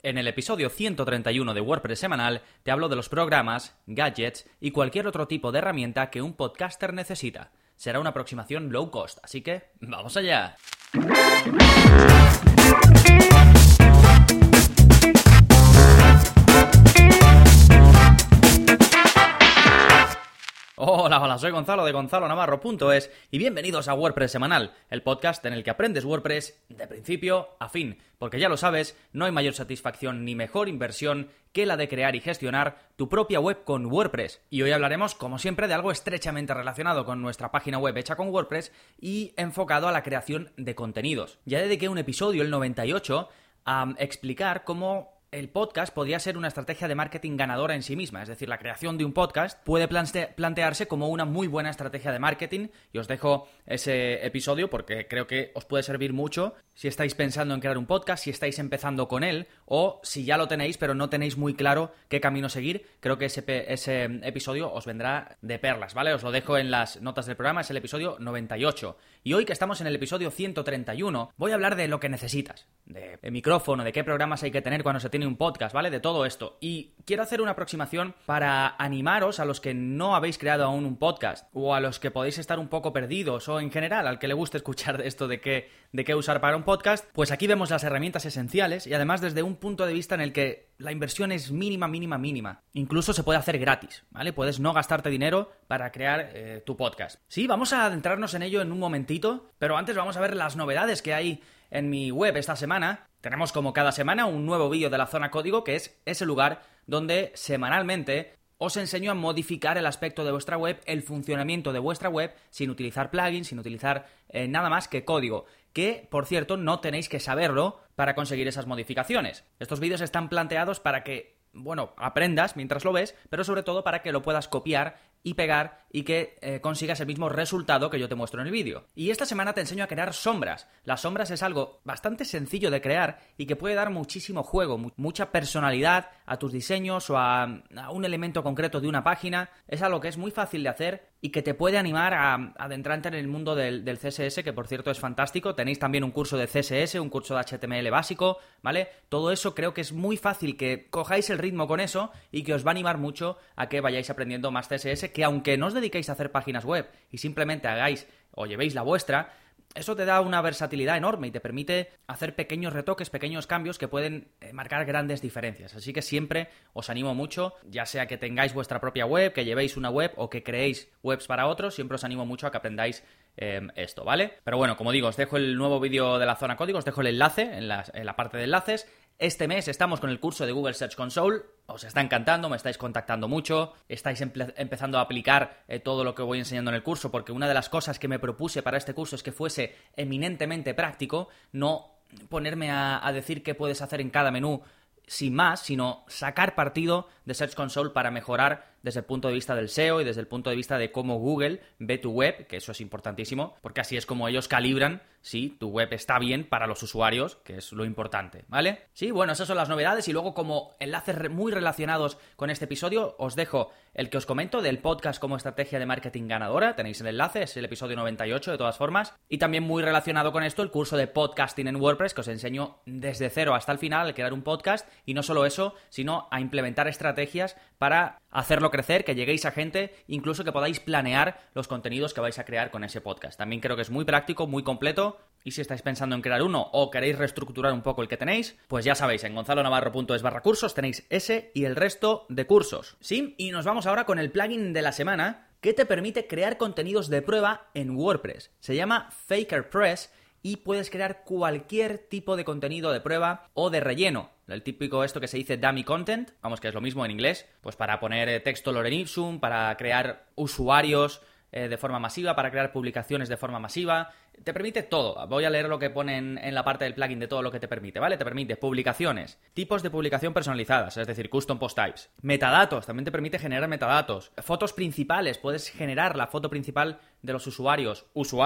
En el episodio 131 de WordPress Semanal te hablo de los programas, gadgets y cualquier otro tipo de herramienta que un podcaster necesita. Será una aproximación low cost, así que ¡vamos allá! Hola, soy Gonzalo de gonzalonavarro.es y bienvenidos a WordPress Semanal, el podcast en el que aprendes WordPress de principio a fin. Porque ya lo sabes, no hay mayor satisfacción ni mejor inversión que la de crear y gestionar tu propia web con WordPress. Y hoy hablaremos, como siempre, de algo estrechamente relacionado con nuestra página web hecha con WordPress y enfocado a la creación de contenidos. Ya dediqué un episodio, el 98, a explicar cómo el podcast podría ser una estrategia de marketing ganadora en sí misma, es decir, la creación de un podcast puede plantearse como una muy buena estrategia de marketing y os dejo ese episodio porque creo que os puede servir mucho si estáis pensando en crear un podcast, si estáis empezando con él o si ya lo tenéis pero no tenéis muy claro qué camino seguir. Creo que ese episodio os vendrá de perlas, ¿vale? Os lo dejo en las notas del programa, es el episodio 98. Y hoy que estamos en el episodio 131 voy a hablar de lo que necesitas, de micrófono, de qué programas hay que tener cuando se tiene un podcast, ¿vale? De todo esto. Y quiero hacer una aproximación para animaros a los que no habéis creado aún un podcast o a los que podéis estar un poco perdidos o en general al que le guste escuchar esto de qué usar para un podcast. Pues aquí vemos las herramientas esenciales y además desde un punto de vista en el que la inversión es mínima. Incluso se puede hacer gratis, ¿vale? Puedes no gastarte dinero para crear tu podcast. Sí, vamos a adentrarnos en ello en un momentito, pero antes vamos a ver las novedades que hay en mi web esta semana. Tenemos como cada semana un nuevo vídeo de la zona código, que es ese lugar donde semanalmente os enseño a modificar el aspecto de vuestra web, el funcionamiento de vuestra web, sin utilizar plugins, sin utilizar nada más que código. Que, por cierto, no tenéis que saberlo para conseguir esas modificaciones. Estos vídeos están planteados para que, aprendas mientras lo ves, pero sobre todo para que lo puedas copiar y pegar y que consigas el mismo resultado que yo te muestro en el vídeo. Y esta semana te enseño a crear sombras. Las sombras es algo bastante sencillo de crear y que puede dar muchísimo juego, mucha personalidad a tus diseños o a un elemento concreto de una página. Es algo que es muy fácil de hacer y que te puede animar a adentrarte en el mundo del CSS, que por cierto es fantástico. Tenéis también un curso de CSS, un curso de HTML básico, ¿vale? Todo eso creo que es muy fácil que cojáis el ritmo con eso y que os va a animar mucho a que vayáis aprendiendo más CSS, que aunque no os dediquéis a hacer páginas web y simplemente hagáis o llevéis la vuestra, eso te da una versatilidad enorme y te permite hacer pequeños retoques, pequeños cambios que pueden marcar grandes diferencias. Así que siempre os animo mucho, ya sea que tengáis vuestra propia web, que llevéis una web o que creéis webs para otros, siempre os animo mucho a que aprendáis esto, ¿vale? Pero bueno, como digo, os dejo el nuevo vídeo de la zona código, os dejo el enlace en la parte de enlaces. Este mes estamos con el curso de Google Search Console, os está encantando, me estáis contactando mucho, estáis empezando a aplicar todo lo que voy enseñando en el curso, porque una de las cosas que me propuse para este curso es que fuese eminentemente práctico, no ponerme a decir qué puedes hacer en cada menú sin más, sino sacar partido de Search Console para mejorar desde el punto de vista del SEO y desde el punto de vista de cómo Google ve tu web, que eso es importantísimo, porque así es como ellos calibran si tu web está bien para los usuarios, que es lo importante, ¿vale? Sí, bueno, esas son las novedades y luego como enlaces muy relacionados con este episodio os dejo el que os comento del podcast como estrategia de marketing ganadora, tenéis el enlace, es el episodio 98 de todas formas, y también muy relacionado con esto el curso de podcasting en WordPress que os enseño desde cero hasta el final a crear un podcast y no solo eso, sino a implementar estrategias para hacerlo crecer, que lleguéis a gente, incluso que podáis planear los contenidos que vais a crear con ese podcast. También creo que es muy práctico, muy completo, y si estáis pensando en crear uno o queréis reestructurar un poco el que tenéis, pues ya sabéis, en gonzalonavarro.es/cursos tenéis ese y el resto de cursos. Sí, y nos vamos ahora con el plugin de la semana que te permite crear contenidos de prueba en WordPress. Se llama FakerPress y puedes crear cualquier tipo de contenido de prueba o de relleno. El típico esto que se dice dummy content, vamos que es lo mismo en inglés, pues para poner texto lorem ipsum, para crear usuarios de forma masiva, para crear publicaciones de forma masiva, te permite todo. Voy a leer lo que pone en la parte del plugin de todo lo que te permite, ¿vale? Te permite publicaciones, tipos de publicación personalizadas, es decir, custom post types, metadatos, también te permite generar metadatos, fotos principales, puedes generar la foto principal de los usuarios,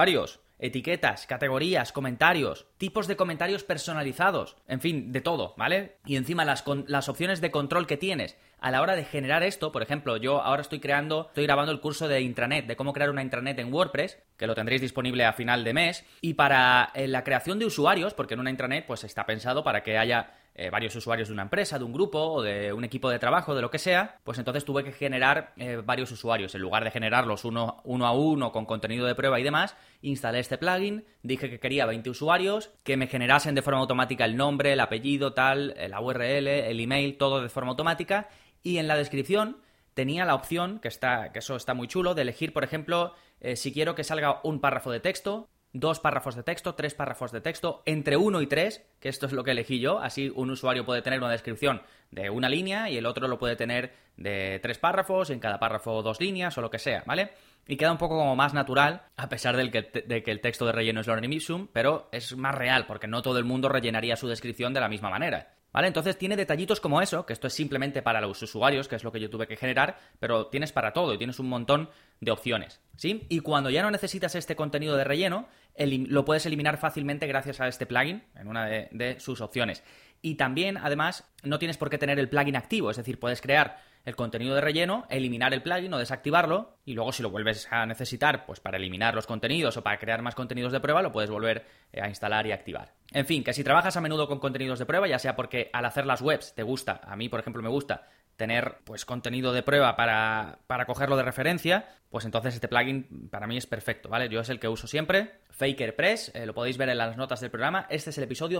etiquetas, categorías, comentarios, tipos de comentarios personalizados, en fin, de todo, ¿vale? Y encima las opciones de control que tienes a la hora de generar esto, por ejemplo, yo ahora estoy grabando el curso de intranet, de cómo crear una intranet en WordPress, que lo tendréis disponible a final de mes, y para la creación de usuarios, porque en una intranet pues está pensado para que haya varios usuarios de una empresa, de un grupo o de un equipo de trabajo, de lo que sea, pues entonces tuve que generar varios usuarios. En lugar de generarlos uno a uno con contenido de prueba y demás, instalé este plugin, dije que quería 20 usuarios, que me generasen de forma automática el nombre, el apellido, tal, la URL, el email, todo de forma automática, y en la descripción tenía la opción, que eso está muy chulo, de elegir, por ejemplo, si quiero que salga un párrafo de texto, 2 párrafos de texto, 3 párrafos de texto, entre 1 y 3, que esto es lo que elegí yo. Así un usuario puede tener una descripción de una línea y el otro lo puede tener de 3 párrafos, en cada párrafo 2 líneas o lo que sea, ¿vale? Y queda un poco como más natural, a pesar de que el texto de relleno es lorem ipsum, pero es más real, porque no todo el mundo rellenaría su descripción de la misma manera, ¿vale? Entonces tiene detallitos como eso, que esto es simplemente para los usuarios, que es lo que yo tuve que generar, pero tienes para todo y tienes un montón de opciones, ¿sí? Y cuando ya no necesitas este contenido de relleno, lo puedes eliminar fácilmente gracias a este plugin, en una de sus opciones. Y también, además, no tienes por qué tener el plugin activo, es decir, puedes crear el contenido de relleno, eliminar el plugin o desactivarlo, y luego si lo vuelves a necesitar, pues para eliminar los contenidos o para crear más contenidos de prueba, lo puedes volver a instalar y activar. En fin, que si trabajas a menudo con contenidos de prueba, ya sea porque al hacer las webs te gusta, a mí por ejemplo me gusta tener pues contenido de prueba para cogerlo de referencia, pues entonces este plugin para mí es perfecto, ¿vale? Yo es el que uso siempre, FakerPress, lo podéis ver en las notas del programa, este es el episodio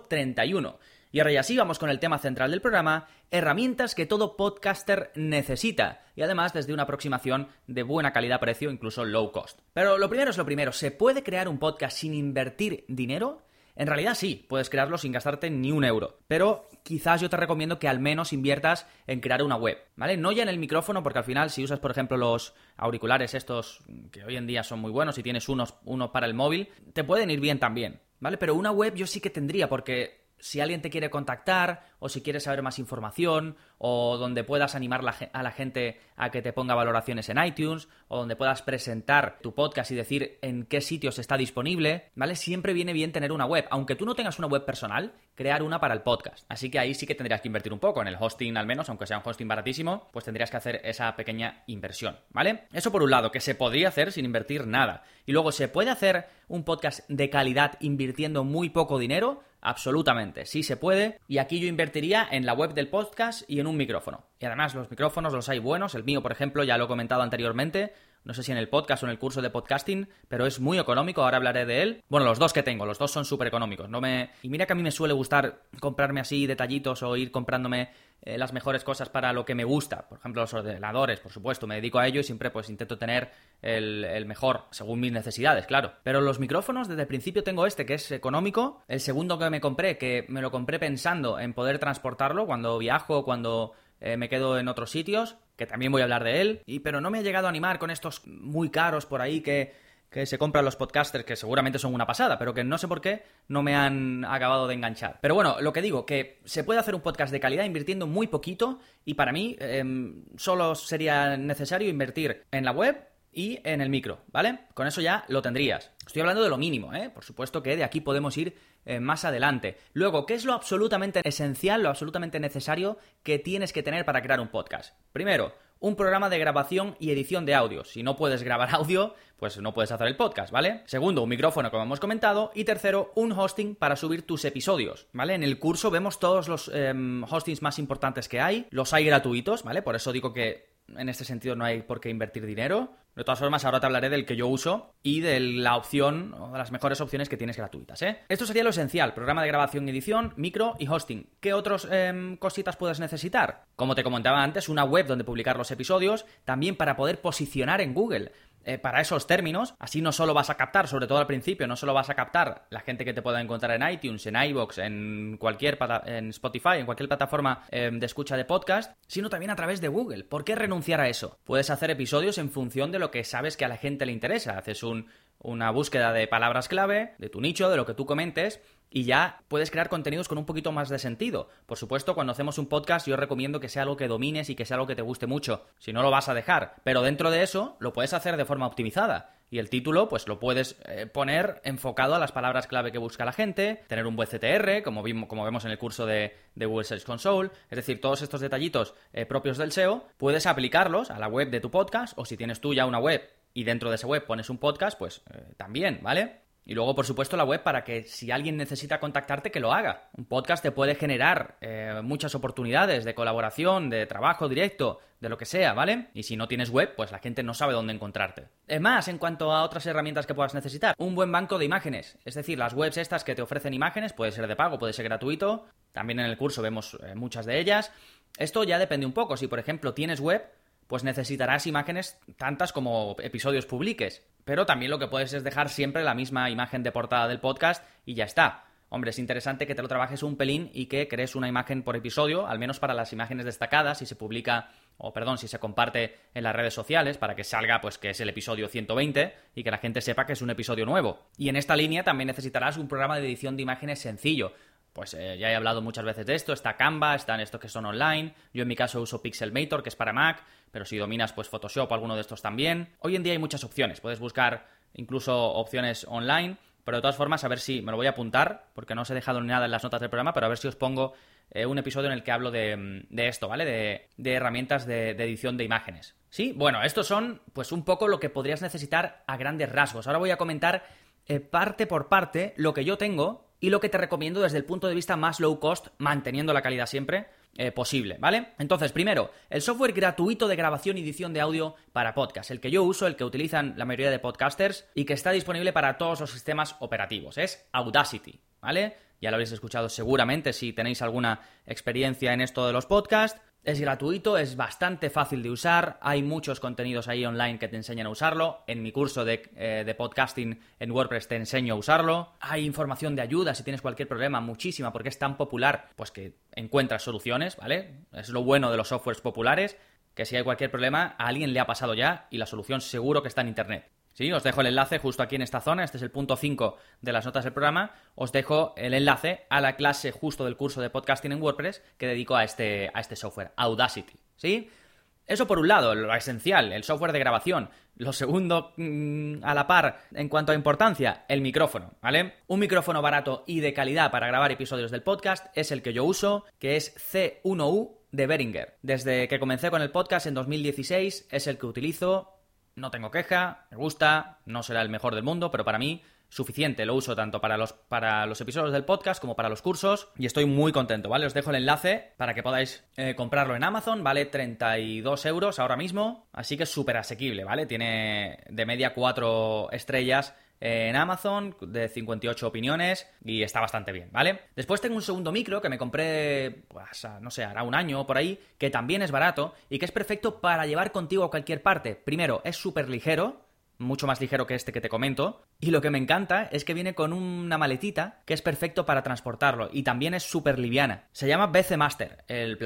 131. Y ahora ya sí, vamos con el tema central del programa, herramientas que todo podcaster necesita, y además desde una aproximación de buena calidad-precio, incluso low cost. Pero lo primero es lo primero, ¿se puede crear un podcast sin invertir dinero? En realidad sí, puedes crearlo sin gastarte ni un euro, pero quizás yo te recomiendo que al menos inviertas en crear una web, ¿vale? No ya en el micrófono, porque al final si usas, por ejemplo, los auriculares estos, que hoy en día son muy buenos, y tienes uno para el móvil, te pueden ir bien también, ¿vale? Pero una web yo sí que tendría, porque si alguien te quiere contactar, o si quieres saber más información, o donde puedas animar a la gente a que te ponga valoraciones en iTunes, o donde puedas presentar tu podcast y decir en qué sitios está disponible, ¿vale? Siempre viene bien tener una web. Aunque tú no tengas una web personal, crear una para el podcast. Así que ahí sí que tendrías que invertir un poco en el hosting al menos, aunque sea un hosting baratísimo, pues tendrías que hacer esa pequeña inversión, ¿vale? Eso por un lado, que se podría hacer sin invertir nada. Y luego, ¿se puede hacer un podcast de calidad invirtiendo muy poco dinero? Absolutamente, sí se puede, y aquí yo invertiría en la web del podcast y en un micrófono. Y además los micrófonos los hay buenos, el mío por ejemplo ya lo he comentado anteriormente, no sé si en el podcast o en el curso de podcasting, pero es muy económico, ahora hablaré de él. Bueno, los dos que tengo, los dos son súper económicos. Y mira que a mí me suele gustar comprarme así detallitos o ir comprándome las mejores cosas para lo que me gusta. Por ejemplo, los ordenadores, por supuesto, me dedico a ello y siempre pues intento tener el mejor, según mis necesidades, claro. Pero los micrófonos, desde el principio tengo este, que es económico. El segundo que me compré, que me lo compré pensando en poder transportarlo cuando viajo, cuando me quedo en otros sitios, que también voy a hablar de él, pero no me he llegado a animar con estos muy caros por ahí que se compran los podcasters, que seguramente son una pasada, pero que no sé por qué no me han acabado de enganchar. Pero bueno, lo que digo, que se puede hacer un podcast de calidad invirtiendo muy poquito, y para mí solo sería necesario invertir en la web y en el micro, ¿vale? Con eso ya lo tendrías. Estoy hablando de lo mínimo, ¿eh? Por supuesto que de aquí podemos ir más adelante. Luego, ¿qué es lo absolutamente esencial, lo absolutamente necesario que tienes que tener para crear un podcast? Primero, un programa de grabación y edición de audio. Si no puedes grabar audio, pues no puedes hacer el podcast, ¿vale? Segundo, un micrófono, como hemos comentado. Y tercero, un hosting para subir tus episodios, ¿vale? En el curso vemos todos los hostings más importantes que hay. Los hay gratuitos, ¿vale? Por eso digo que en este sentido no hay por qué invertir dinero. De todas formas, ahora te hablaré del que yo uso y de la opción, o de las mejores opciones que tienes gratuitas, ¿eh? Esto sería lo esencial: programa de grabación y edición, micro y hosting. ¿Qué otras cositas puedes necesitar? Como te comentaba antes, una web donde publicar los episodios, también para poder posicionar en Google para esos términos. Así no solo vas a captar, sobre todo al principio, no solo vas a captar la gente que te pueda encontrar en iTunes, en iVoox, en Spotify, en cualquier plataforma de escucha de podcast, sino también a través de Google. ¿Por qué renunciar a eso? Puedes hacer episodios en función de lo que sabes que a la gente le interesa. Haces una búsqueda de palabras clave, de tu nicho, de lo que tú comentes, y ya puedes crear contenidos con un poquito más de sentido. Por supuesto, cuando hacemos un podcast yo recomiendo que sea algo que domines y que sea algo que te guste mucho. Si no, lo vas a dejar. Pero dentro de eso lo puedes hacer de forma optimizada. Y el título, pues lo puedes poner enfocado a las palabras clave que busca la gente, tener un buen CTR, como vemos en el curso de Google Search Console. Es decir, todos estos detallitos propios del SEO, puedes aplicarlos a la web de tu podcast, o si tienes tú ya una web y dentro de esa web pones un podcast, pues también, ¿vale? Y luego, por supuesto, la web para que si alguien necesita contactarte, que lo haga. Un podcast te puede generar muchas oportunidades de colaboración, de trabajo directo, de lo que sea, ¿vale? Y si no tienes web, pues la gente no sabe dónde encontrarte. Es más, en cuanto a otras herramientas que puedas necesitar, un buen banco de imágenes. Es decir, las webs estas que te ofrecen imágenes, puede ser de pago, puede ser gratuito. También en el curso vemos muchas de ellas. Esto ya depende un poco. Si, por ejemplo, tienes web, pues necesitarás imágenes tantas como episodios publiques. Pero también lo que puedes es dejar siempre la misma imagen de portada del podcast y ya está. Hombre, es interesante que te lo trabajes un pelín y que crees una imagen por episodio, al menos para las imágenes destacadas, si se publica, si se comparte en las redes sociales, para que salga, pues, que es el episodio 120 y que la gente sepa que es un episodio nuevo. Y en esta línea también necesitarás un programa de edición de imágenes sencillo. Pues ya he hablado muchas veces de esto, está Canva, están estos que son online, yo en mi caso uso Pixelmator, que es para Mac, pero si dominas pues Photoshop o alguno de estos también. Hoy en día hay muchas opciones, puedes buscar incluso opciones online, pero de todas formas a ver si me lo voy a apuntar, porque no os he dejado nada en las notas del programa, pero a ver si os pongo un episodio en el que hablo de esto, ¿vale? De herramientas de edición de imágenes. Sí, bueno, estos son pues un poco lo que podrías necesitar a grandes rasgos. Ahora voy a comentar parte por parte lo que yo tengo y lo que te recomiendo desde el punto de vista más low cost, manteniendo la calidad siempre posible, ¿vale? Entonces, primero, el software gratuito de grabación y edición de audio para podcast, el que yo uso, el que utilizan la mayoría de podcasters y que está disponible para todos los sistemas operativos, es Audacity, ¿vale? Ya lo habréis escuchado seguramente si tenéis alguna experiencia en esto de los podcasts. Es gratuito, es bastante fácil de usar, hay muchos contenidos ahí online que te enseñan a usarlo. En mi curso de podcasting en WordPress te enseño a usarlo. Hay información de ayuda si tienes cualquier problema, muchísima, porque es tan popular, pues que encuentras soluciones, ¿vale? Es lo bueno de los softwares populares, que si hay cualquier problema, a alguien le ha pasado ya y la solución seguro que está en internet. Sí, os dejo el enlace justo aquí en esta zona, este es el punto 5 de las notas del programa, os dejo el enlace a la clase justo del curso de podcasting en WordPress que dedico a este software, Audacity, ¿sí? Eso por un lado, lo esencial, el software de grabación. Lo segundo, a la par, en cuanto a importancia, el micrófono, ¿vale? Un micrófono barato y de calidad para grabar episodios del podcast es el que yo uso, que es C1U de Behringer. Desde que comencé con el podcast en 2016 es el que utilizo. No tengo queja, me gusta, no será el mejor del mundo, pero para mí suficiente. Lo uso tanto para los episodios del podcast como para los cursos y estoy muy contento, ¿vale? Os dejo el enlace para que podáis comprarlo en Amazon, vale 32 euros ahora mismo, así que es súper asequible, ¿vale? Tiene de media 4 estrellas en Amazon, de 58 opiniones y está bastante bien, ¿vale? Después tengo un segundo micro que me compré, pues, no sé, hará un año o por ahí, que también es barato y que es perfecto para llevar contigo a cualquier parte. Primero, es súper ligero, mucho más ligero que este que te comento, y lo que me encanta es que viene con una maletita que es perfecto para transportarlo y también es súper liviana. Se llama BC Master el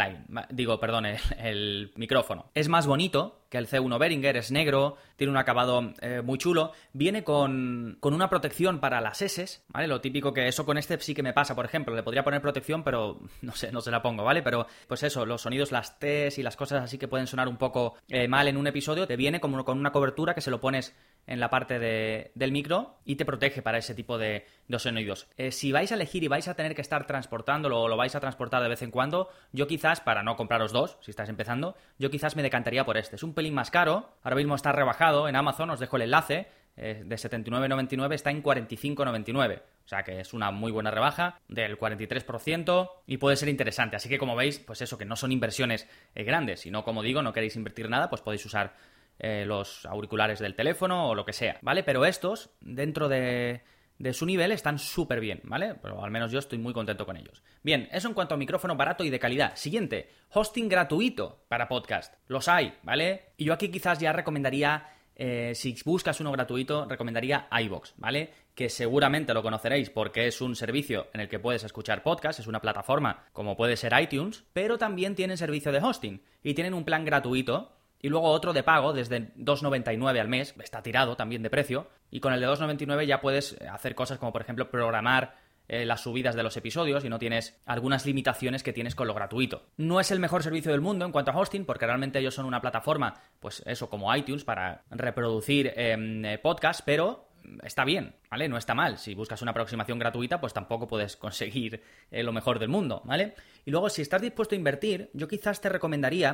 micrófono. Es más bonito que el C1 Behringer, es negro, tiene un acabado muy chulo, viene con una protección para las S's, ¿vale? Lo típico que eso con este sí que me pasa, por ejemplo, le podría poner protección, pero no sé, no se la pongo, ¿vale? Pero pues eso, los sonidos, las T's y las cosas así que pueden sonar un poco mal en un episodio, te viene como con una cobertura que se lo pones en la parte del micro y te protege para ese tipo de sonidos. Si vais a elegir y vais a tener que estar transportándolo o lo vais a transportar de vez en cuando, yo quizás, para no compraros dos, si estás empezando, yo quizás me decantaría por este. Es un pelín más caro, ahora mismo está rebajado en Amazon, os dejo el enlace, de 79,99 está en 45,99. O sea que es una muy buena rebaja del 43% y puede ser interesante. Así que como veis, pues eso, que no son inversiones grandes. Si no, como digo, no queréis invertir nada, pues podéis usar los auriculares del teléfono o lo que sea, ¿vale? Pero estos, dentro de su nivel, están súper bien, ¿vale? Pero al menos yo estoy muy contento con ellos. Bien, eso en cuanto a micrófono barato y de calidad. Siguiente, hosting gratuito para podcast. Los hay, ¿vale? Y yo aquí quizás ya recomendaría, si buscas uno gratuito, recomendaría iVoox, ¿vale? Que seguramente lo conoceréis porque es un servicio en el que puedes escuchar podcast, es una plataforma como puede ser iTunes, pero también tienen servicio de hosting y tienen un plan gratuito y luego otro de pago desde 2,99 al mes, está tirado también de precio, y con el de 2,99 ya puedes hacer cosas como por ejemplo programar las subidas de los episodios y no tienes algunas limitaciones que tienes con lo gratuito. No es el mejor servicio del mundo en cuanto a hosting porque realmente ellos son una plataforma, pues eso, como iTunes para reproducir podcasts, pero está bien, ¿vale? No está mal. Si buscas una aproximación gratuita, pues tampoco puedes conseguir lo mejor del mundo, ¿vale? Y luego, si estás dispuesto a invertir, yo quizás te recomendaría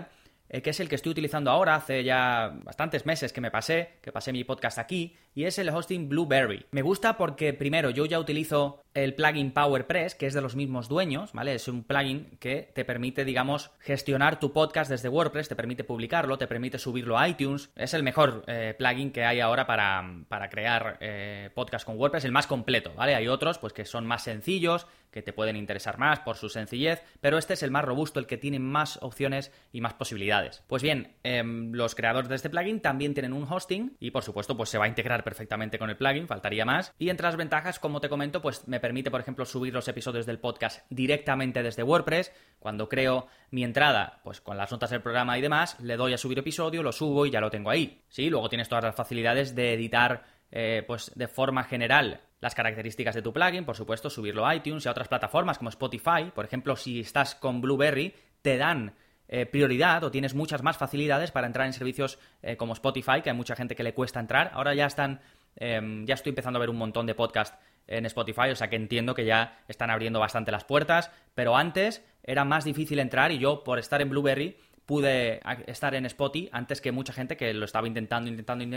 que es el que estoy utilizando ahora, hace ya bastantes meses que pasé mi podcast aquí, y es el hosting Blueberry. Me gusta porque, primero, yo ya utilizo el plugin PowerPress, que es de los mismos dueños, ¿vale? Es un plugin que te permite, digamos, gestionar tu podcast desde WordPress, te permite publicarlo, te permite subirlo a iTunes. Es el mejor plugin que hay ahora para crear podcast con WordPress, el más completo, ¿vale? Hay otros, pues, que son más sencillos, que te pueden interesar más por su sencillez, pero este es el más robusto, el que tiene más opciones y más posibilidades. Pues bien, los creadores de este plugin también tienen un hosting y, por supuesto, pues se va a integrar perfectamente con el plugin, faltaría más. Y entre las ventajas, como te comento, pues me permite, por ejemplo, subir los episodios del podcast directamente desde WordPress. Cuando creo mi entrada, pues con las notas del programa y demás, le doy a subir episodio, lo subo y ya lo tengo ahí. Sí, luego tienes todas las facilidades de editar pues de forma general las características de tu plugin, por supuesto, subirlo a iTunes y a otras plataformas como Spotify. Por ejemplo, si estás con Blueberry, te dan prioridad o tienes muchas más facilidades para entrar en servicios como Spotify, que hay mucha gente que le cuesta entrar. Ahora ya estoy empezando a ver un montón de podcasts en Spotify, o sea que entiendo que ya están abriendo bastante las puertas, pero antes era más difícil entrar y yo, por estar en Blueberry, pude estar en Spotify antes que mucha gente que lo estaba intentando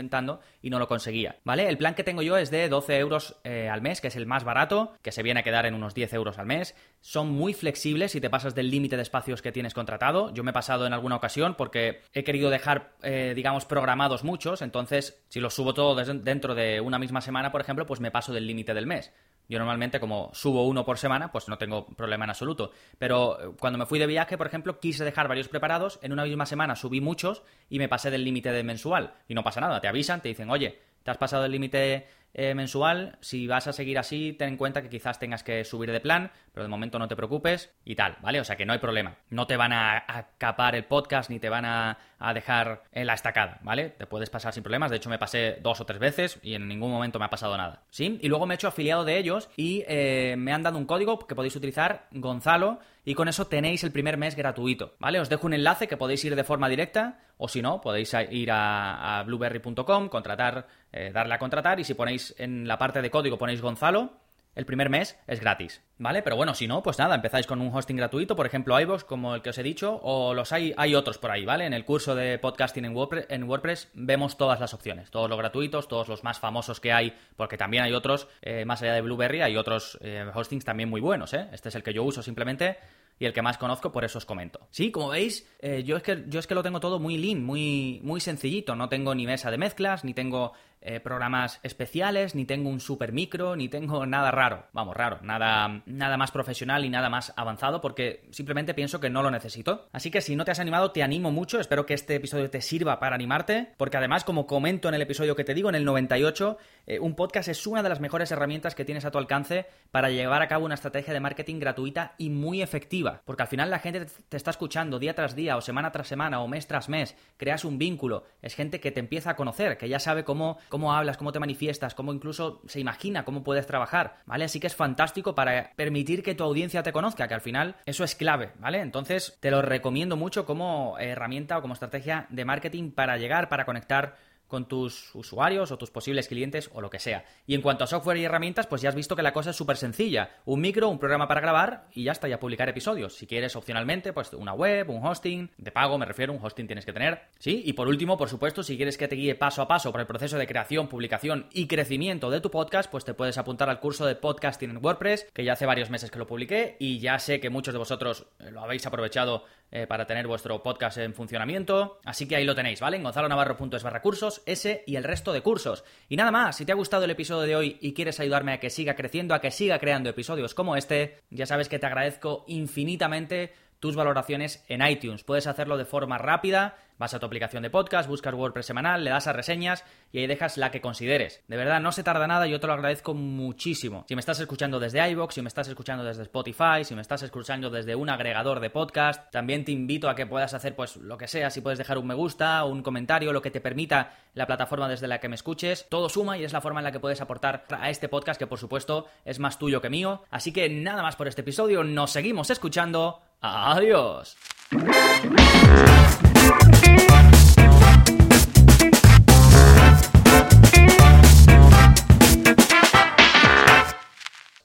y no lo conseguía, ¿vale? El plan que tengo yo es de 12 euros al mes, que es el más barato, que se viene a quedar en unos 10 euros al mes. Son muy flexibles si te pasas del límite de espacios que tienes contratado. Yo me he pasado en alguna ocasión porque he querido dejar, digamos, programados muchos, entonces si los subo todo dentro de una misma semana, por ejemplo, pues me paso del límite del mes. Yo normalmente, como subo uno por semana, pues no tengo problema en absoluto. Pero cuando me fui de viaje, por ejemplo, quise dejar varios preparados. En una misma semana subí muchos y me pasé del límite de mensual. Y no pasa nada, te avisan, te dicen, oye, te has pasado el límite mensual, si vas a seguir así, ten en cuenta que quizás tengas que subir de plan, pero de momento no te preocupes y tal, ¿vale? O sea que no hay problema. No te van a capar el podcast ni te van a dejar en la estacada, ¿vale? Te puedes pasar sin problemas. De hecho, me pasé 2 o 3 veces y en ningún momento me ha pasado nada, ¿sí? Y luego me he hecho afiliado de ellos y me han dado un código que podéis utilizar, Gonzalo, y con eso tenéis el primer mes gratuito, ¿vale? Os dejo un enlace que podéis ir de forma directa, o si no, podéis ir a blueberry.com, darle a contratar, y si ponéis en la parte de código, ponéis Gonzalo, el primer mes es gratis, ¿vale? Pero bueno, si no, pues nada, empezáis con un hosting gratuito, por ejemplo iVoox, como el que os he dicho, o hay otros por ahí, ¿vale? En el curso de podcasting en WordPress vemos todas las opciones, todos los gratuitos, todos los más famosos que hay, porque también hay otros, más allá de Blueberry, hay otros hostings también muy buenos, ¿eh? Este es el que yo uso simplemente y el que más conozco, por eso os comento. Sí, como veis, yo es que lo tengo todo muy lean, muy, muy sencillito. No tengo ni mesa de mezclas, ni tengo programas especiales, ni tengo un super micro, ni tengo nada raro. Vamos, raro. Nada más profesional y nada más avanzado, porque simplemente pienso que no lo necesito. Así que si no te has animado, te animo mucho. Espero que este episodio te sirva para animarte, porque además, como comento en el episodio que te digo, en el 98, un podcast es una de las mejores herramientas que tienes a tu alcance para llevar a cabo una estrategia de marketing gratuita y muy efectiva. Porque al final la gente te está escuchando día tras día, o semana tras semana, o mes tras mes. Creas un vínculo. Es gente que te empieza a conocer, que ya sabe cómo hablas, cómo te manifiestas, cómo incluso se imagina cómo puedes trabajar, ¿vale? Así que es fantástico para permitir que tu audiencia te conozca, que al final eso es clave, ¿vale? Entonces te lo recomiendo mucho como herramienta o como estrategia de marketing para llegar, para conectar con tus usuarios o tus posibles clientes o lo que sea. Y en cuanto a software y herramientas, pues ya has visto que la cosa es súper sencilla. Un micro, un programa para grabar y ya está, ya publicar episodios. Si quieres opcionalmente, pues una web, un hosting, de pago me refiero, un hosting tienes que tener, ¿sí? Y por último, por supuesto, si quieres que te guíe paso a paso por el proceso de creación, publicación y crecimiento de tu podcast, pues te puedes apuntar al curso de podcasting en WordPress, que ya hace varios meses que lo publiqué y ya sé que muchos de vosotros lo habéis aprovechado para tener vuestro podcast en funcionamiento. Así que ahí lo tenéis, ¿vale? En gonzalonavarro.es/cursos, ese y el resto de cursos. Y nada más, si te ha gustado el episodio de hoy y quieres ayudarme a que siga creciendo, a que siga creando episodios como este, ya sabes que te agradezco infinitamente tus valoraciones en iTunes. Puedes hacerlo de forma rápida, vas a tu aplicación de podcast, buscas WordPress semanal, le das a reseñas y ahí dejas la que consideres. De verdad, no se tarda nada y yo te lo agradezco muchísimo. Si me estás escuchando desde iVoox, si me estás escuchando desde Spotify, si me estás escuchando desde un agregador de podcast, también te invito a que puedas hacer pues lo que sea, si puedes dejar un me gusta, un comentario, lo que te permita la plataforma desde la que me escuches. Todo suma y es la forma en la que puedes aportar a este podcast, que por supuesto es más tuyo que mío. Así que nada más por este episodio, nos seguimos escuchando. ¡Adiós!